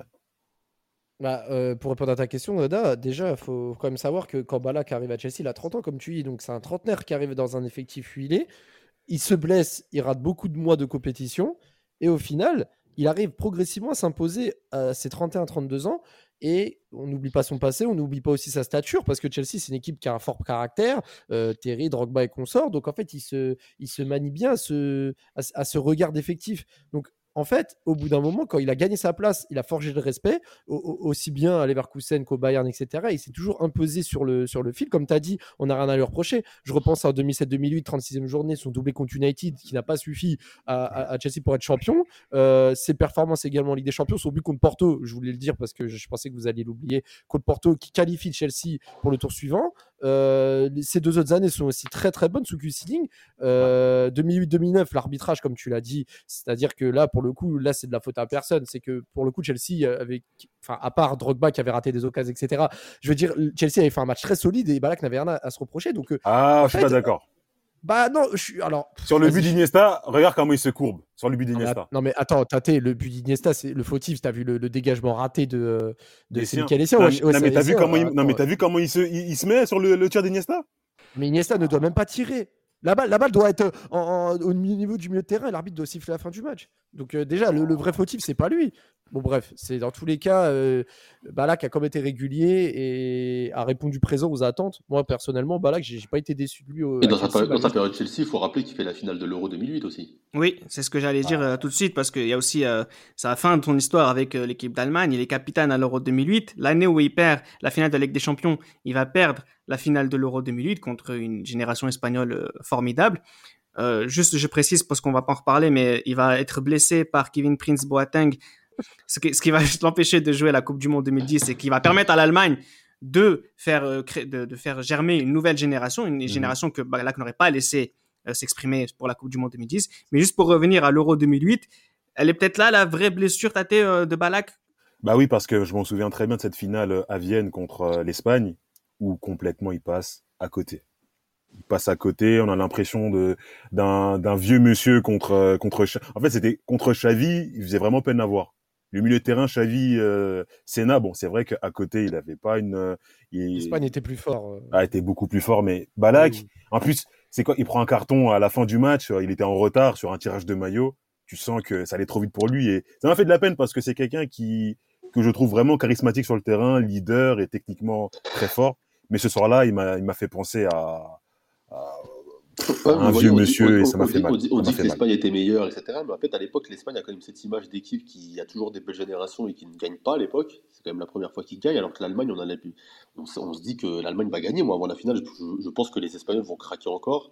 Bah, euh, pour répondre à ta question, Oda, déjà, il faut quand même savoir que quand Ballack arrive à Chelsea, il a trente ans, comme tu dis. Donc, c'est un trentenaire qui arrive dans un effectif huilé. Il se blesse, il rate beaucoup de mois de compétition. Et au final, il arrive progressivement à s'imposer à ses trente et un trente-deux ans. Et on n'oublie pas son passé, on n'oublie pas aussi sa stature, parce que Chelsea, c'est une équipe qui a un fort caractère, euh, Terry, Drogba et consorts. Donc, en fait, il se, il se manie bien à ce, à, à ce regard d'effectif. Donc, en fait, au bout d'un moment, quand il a gagné sa place, il a forgé le respect, au, au, aussi bien à Leverkusen qu'au Bayern, et cetera. Il s'est toujours imposé sur le, sur le fil. Comme tu as dit, on n'a rien à lui reprocher. Je repense à deux mille sept deux mille huit, trente-sixième journée, son doublé contre United, qui n'a pas suffi à, à, à Chelsea pour être champion. Euh, ses performances également en Ligue des Champions, son but contre Porto, je voulais le dire parce que je, je pensais que vous alliez l'oublier, contre Porto, qui qualifie Chelsea pour le tour suivant. Euh, ces deux autres années sont aussi très très bonnes sous Guussi Dink. Euh, deux mille huit deux mille neuf, l'arbitrage, comme tu l'as dit, c'est-à-dire que là, pour le coup, là, c'est de la faute à personne. C'est que pour le coup, Chelsea, avec, enfin, à part Drogba qui avait raté des occasions, et cetera. Je veux dire, Chelsea avait fait un match très solide et Ballack n'avait rien à, à se reprocher. Donc, ah, je suis fait, pas d'accord. Bah non, je suis alors sur le but d'Iniesta, regarde comment il se courbe sur le but d'Iniesta. Non mais attends, Tate, le but d'Iniesta, c'est le fautif. T'as vu le, le dégagement raté de de Michael Essien. Non, ouais, non, mais t'as vu comment il, non mais t'as vu comment il se il, il se met sur le, le tir d'Iniesta. Mais Iniesta ne doit même pas tirer. La balle, la balle doit être en, en, au niveau du milieu de terrain et l'arbitre doit siffler la fin du match. Donc euh, déjà, le, le vrai fautif, c'est pas lui. Bon bref, c'est dans tous les cas, euh, Ballack a quand même été régulier et a répondu présent aux attentes. Moi personnellement, Ballack, j'ai, j'ai pas été déçu de lui. Au, et dans, Chelsea, sa, dans sa période Chelsea, il faut rappeler qu'il fait la finale de l'Euro deux mille huit aussi. Oui, c'est ce que j'allais dire euh, tout de suite parce qu'il y a aussi euh, c'est la fin de son histoire avec euh, l'équipe d'Allemagne. Il est capitaine à l'Euro deux mille huit. L'année où il perd la finale de la Ligue des Champions, il va perdre la finale de l'Euro deux mille huit contre une génération espagnole euh, formidable. Euh, juste, je précise parce qu'on va pas en reparler, mais il va être blessé par Kevin Prince Boateng. Ce qui, ce qui va l'empêcher de jouer la Coupe du Monde deux mille dix et qui va permettre à l'Allemagne de faire, euh, cré- de, de faire germer une nouvelle génération, une mmh. génération que Ballack n'aurait pas laissé euh, s'exprimer pour la Coupe du Monde deux mille dix. Mais juste pour revenir à l'Euro deux mille huit, elle est peut-être là la vraie blessure tâtée euh, de Ballack. Bah oui, parce que je m'en souviens très bien de cette finale à Vienne contre euh, l'Espagne où complètement il passe à côté. Il passe à côté, on a l'impression de d'un, d'un vieux monsieur contre contre. En fait, c'était contre Xavi, il faisait vraiment peine à voir. Le milieu de terrain, Xavi, euh, Senna, bon, c'est vrai qu'à côté, il avait pas une. Il, L'Espagne était plus fort. Euh... A été beaucoup plus fort, mais Ballack, oui. En plus, c'est quoi? Il prend un carton à la fin du match. Il était en retard sur un tirage de maillot. Tu sens que ça allait trop vite pour lui et ça m'a fait de la peine parce que c'est quelqu'un qui que je trouve vraiment charismatique sur le terrain, leader et techniquement très fort. Mais ce soir-là, il m'a il m'a fait penser à, à Ouais, un vieux voyez, monsieur on, et ça m'a on fait dit, mal. On dit, on dit que fait l'Espagne mal. était meilleure, et cetera. Mais en fait, à l'époque, l'Espagne a quand même cette image d'équipe qui a toujours des belles générations et qui ne gagne pas à l'époque. C'est quand même la première fois qu'ils gagnent, alors que l'Allemagne, on en a plus. On, on se dit que l'Allemagne va gagner. Moi, avant la finale, je, je pense que les Espagnols vont craquer encore.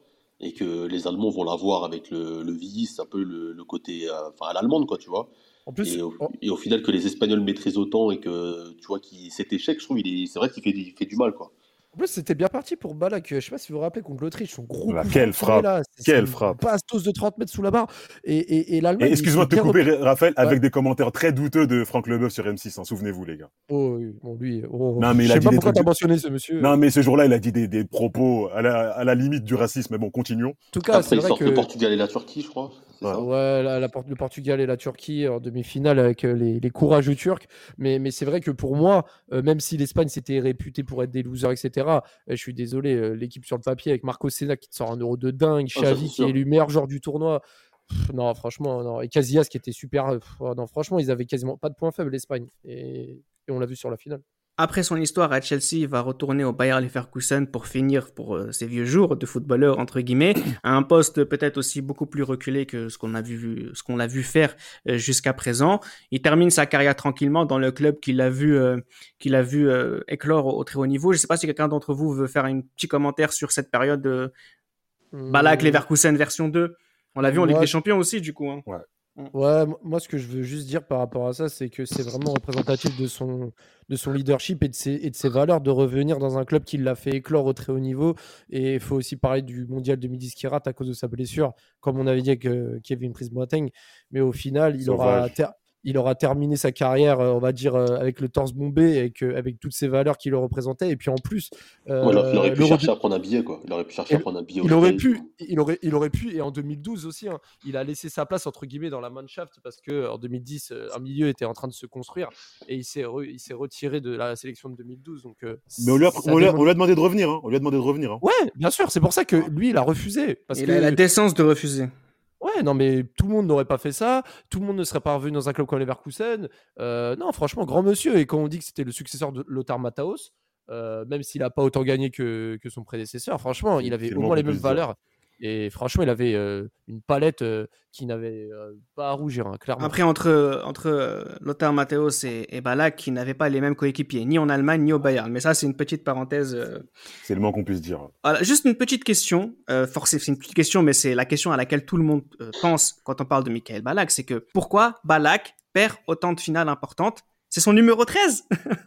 et que les Allemands vont l'avoir avec le, le vice, un peu le, le côté euh, enfin à l'allemande, quoi, tu vois. En plus, Et au, oh, et au final, que les Espagnols maîtrisent autant et que, tu vois, qui, cet échec, je trouve, il est, c'est vrai qu'il fait, il fait du mal, quoi. en plus, c'était bien parti pour Ballack. Je sais pas si vous vous rappelez contre l'Autriche, son gros Là, coup quelle franc tiré, frappe, là. C'est c'est quelle une frappe. bastos de trente mètres sous la barre. Et, et, et Et l'Allemagne, il excuse-moi s'est de te bien couper, repris. Raphaël, Ouais. avec des commentaires très douteux de Franck Leboeuf sur M six. Hein. Souvenez-vous, les gars. Oh, oui, bon, lui, oh, Non, mais je il a sais dit pas des pourquoi trucs. t'as de- mentionné ce monsieur. Non, mais ce jour-là, il a dit des, des propos à la, à la limite du racisme. Mais bon, continuons. En tout cas, Après, c'est ils vrai sortent le que Portugal et la Turquie, je crois. C'est Ouais. ça. ouais, la, la Port- le Portugal et la Turquie en demi-finale avec euh, les, les courageux Turcs. Mais, mais c'est vrai que pour moi, euh, même si l'Espagne s'était réputée pour être des losers, et cetera, euh, je suis désolé, euh, l'équipe sur le papier avec Marco Senna qui te sort un euro de dingue, Ah, ça, c'est Xavi qui est sûr. élu meilleur joueur du tournoi. Pff, non, franchement, non. Et Casillas qui était super. euh, pff, oh, non, franchement, ils avaient quasiment pas de points faibles, l'Espagne. Et, et on l'a vu sur la finale. Après son histoire à Chelsea, il va retourner au Bayer Leverkusen pour finir pour euh, ses vieux jours de footballeur entre guillemets, à un poste peut-être aussi beaucoup plus reculé que ce qu'on a vu, ce qu'on l'a vu faire euh, jusqu'à présent. Il termine sa carrière tranquillement dans le club qu'il a vu, euh, qu'il a vu euh, éclore au, au très haut niveau. Je ne sais pas si quelqu'un d'entre vous veut faire un petit commentaire sur cette période de Ballack Hum, Leverkusen version deux. On l'a vu en Ligue moi, des Champions aussi du coup. Hein. Ouais. Ouais, m- moi, ce que je veux juste dire par rapport à ça, c'est que c'est vraiment représentatif de son, de son leadership et de, ses, et de ses valeurs de revenir dans un club qui l'a fait éclore au très haut niveau. Et il faut aussi parler du mondial deux mille dix qui rate à cause de sa blessure, comme on avait dit avec euh, Kevin Prince-Boateng. Mais au final, il aura, Sauvage. ter- il aura terminé sa carrière, euh, on va dire, euh, avec le torse bombé, avec, euh, avec toutes ces valeurs qu'il le représentait. Et puis en plus, Ouais, il aurait- il aurait euh, pu l'Euro chercher à prendre un billet, quoi. Il aurait pu chercher et à le- prendre un billet au il aurait States. pu, il aurait, il aurait pu, et en deux mille douze aussi, hein, il a laissé sa place entre guillemets dans la Mannschaft parce que en deux mille dix, euh, un milieu était en train de se construire et il s'est, re- il s'est retiré de la sélection de deux mille douze. Donc, euh, Mais on lui, a, ça on, lui a, démontre- on lui a demandé de revenir. Hein. On lui a demandé de revenir. Hein. Ouais, bien sûr, c'est pour ça que lui, il a refusé parce Il que a la décence de refuser. ouais, non, mais tout le monde n'aurait pas fait ça. Tout le monde ne serait pas revenu dans un club comme Leverkusen. Euh, non, franchement, grand monsieur. Et quand on dit que c'était le successeur de Lothar Matthäus, euh, même s'il n'a pas autant gagné que, que son prédécesseur, franchement, C'est il avait c'est au le moins moins les qu'on mêmes puisse dire. valeurs. Et franchement, il avait euh, une palette euh, qui n'avait euh, pas à rougir, hein, clairement. Après, entre, entre euh, Lothar Matthäus et, et Ballack, qui n'avaient pas les mêmes coéquipiers, ni en Allemagne, ni au Bayern. Mais ça, c'est une petite parenthèse. euh. C'est le moins qu'on puisse dire. Voilà, juste une petite question. Euh, forcément, c'est une petite question, mais c'est la question à laquelle tout le monde euh, pense quand on parle de Michael Ballack. C'est que pourquoi Ballack perd autant de finales importantes? C'est son numéro treize.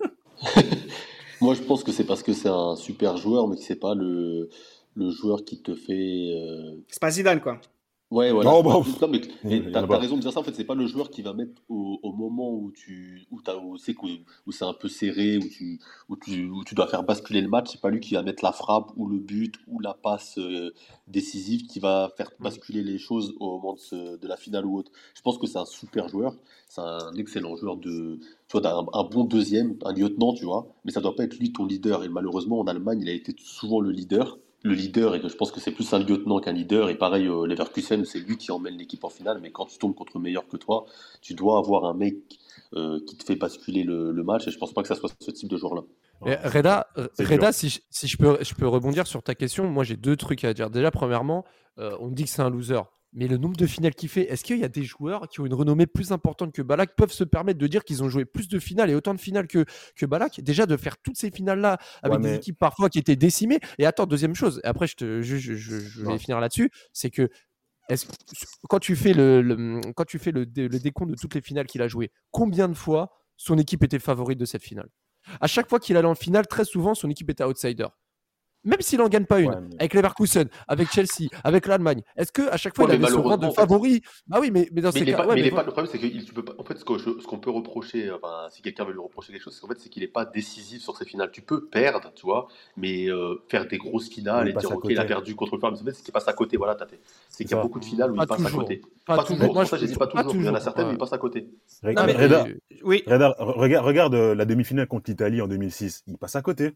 Moi, je pense que c'est parce que c'est un super joueur, mais que c'est pas le, le joueur qui te fait. euh, C'est pas Zidane, quoi. Ouais, voilà. Oh, c'est pas- bah, non, mais il et y en t'as, a t'as pas. raison de dire ça. En fait, c'est pas le joueur qui va mettre au, au moment où tu, où t'as, où c'est qu'au- où c'est un peu serré, où tu, où tu, où tu dois faire basculer le match. C'est pas lui qui va mettre la frappe ou le but ou la passe euh, décisive qui va faire basculer les choses au moment de, ce- de la finale ou autre. Je pense que c'est un super joueur. C'est un excellent joueur de, tu vois, t'as un, un bon deuxième, un lieutenant, tu vois. Mais ça doit pas être lui ton leader. Et malheureusement, en Allemagne, il a été souvent le leader. Le leader, et que je pense que c'est plus un lieutenant qu'un leader. Et pareil, euh, Leverkusen, c'est lui qui emmène l'équipe en finale. Mais quand tu tombes contre meilleur que toi, tu dois avoir un mec euh, qui te fait basculer le, le match. Et je pense pas que ça soit ce type de joueur-là. Et Reda, C'est Reda dur. si, je, si je, peux, je peux rebondir sur ta question, moi j'ai deux trucs à dire. Déjà, premièrement, euh, on dit que c'est un loser. Mais le nombre de finales qu'il fait, est-ce qu'il y a des joueurs qui ont une renommée plus importante que Ballack peuvent se permettre de dire qu'ils ont joué plus de finales et autant de finales que, que Ballack? Déjà, de faire toutes ces finales-là avec Ouais, des mais- équipes parfois qui étaient décimées. Et attends, deuxième chose, et après je, te, je, je, je- je vais Ouais. finir là-dessus, c'est que est-ce, quand tu fais, le, le- quand tu fais le, dé- le décompte de toutes les finales qu'il a jouées, combien de fois son équipe était favorite de cette finale? À chaque fois qu'il allait en finale, très souvent, son équipe était outsider. Même s'il n'en gagne pas une, Ouais, mais- avec Leverkusen, avec Chelsea, avec l'Allemagne, est-ce qu'à chaque fois Ouais, il mais avait ce rang de malheureusement, en fait- favori? Bah oui, mais, mais dans Mais, ces il est cas, pas, ouais, mais il mais est pas- voilà. le problème, c'est que il- tu peux pas. En fait, ce que je- ce qu'on peut reprocher, enfin, si quelqu'un veut lui reprocher quelque chose, c'est qu'en fait, c'est qu'il n'est pas décisif sur ses finales. Tu peux perdre, tu vois, mais euh, faire des grosses finales Il et passe dire, à ok, il a côté. perdu contre le Farm, c'est qu'il passe à côté. Voilà, t'as fait. C'est qu'il y a ça. beaucoup de finales où Pas il passe toujours. à côté. Pas Pas, toujours. toujours. Moi, C'est pour ça, je- que j'ai dit pas pas toujours. Il y en a toujours, certaines où ouais. il passe à côté. Re- Non, mais- Reda, Oui. Reda, regarde, regarde euh, la demi-finale contre l'Italie en deux mille six. Il passe à côté.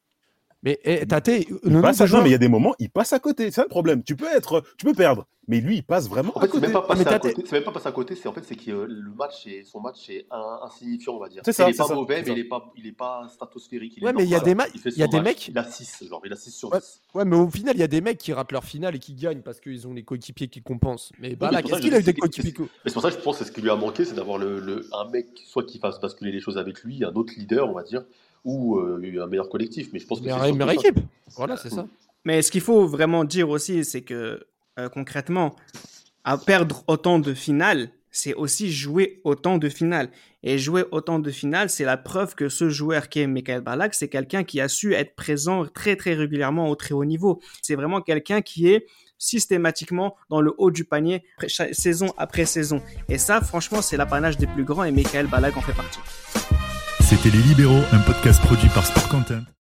Mais eh, Tate, le Il nombre passe de à... Non, joueurs. mais il y a des moments, il passe à côté. C'est ça le problème. Tu peux être, tu peux perdre, mais lui, il passe vraiment En à fait, c'est côté. même pas passer mais à t'as- côté. C'est même pas passer à côté. C'est en fait, c'est que euh, le match est, son match est un- insignifiant, on va dire. C'est ça, Il est c'est pas ça, mauvais, c'est mais ça. il est pas, il est pas stratosphérique. Il est Ouais, mais il y a normal. des ma- Il fait il y a son des match. mecs- Il a six, genre, il a six sur Ouais. dix. Ouais, mais au final, il y a des mecs qui ratent leur finale et qui gagnent parce qu'ils ont les coéquipiers qui compensent. Mais mais Ballack, c'est pour ça est-ce que qu'il je a eu dis des que- coéquipiers co- Mais c'est pour ça que je pense que ce qui lui a manqué, c'est d'avoir le, le- un mec soit qui fasse basculer les choses avec lui, un autre leader, on va dire, ou euh, un meilleur collectif. Mais je pense que Mais c'est une surtout meilleure ça. équipe. Voilà, c'est ça. Mais ce qu'il faut vraiment dire aussi, c'est que euh, concrètement, à perdre autant de finales, c'est aussi jouer autant de finales. Et jouer autant de finales, c'est la preuve que ce joueur qui est Michael Ballack, c'est quelqu'un qui a su être présent très très régulièrement au très haut niveau. C'est vraiment quelqu'un qui est systématiquement dans le haut du panier saison après saison. Et ça, franchement, c'est l'apanage des plus grands et Michael Ballack en fait partie. C'était Les Libéraux, un podcast produit par Sport Content.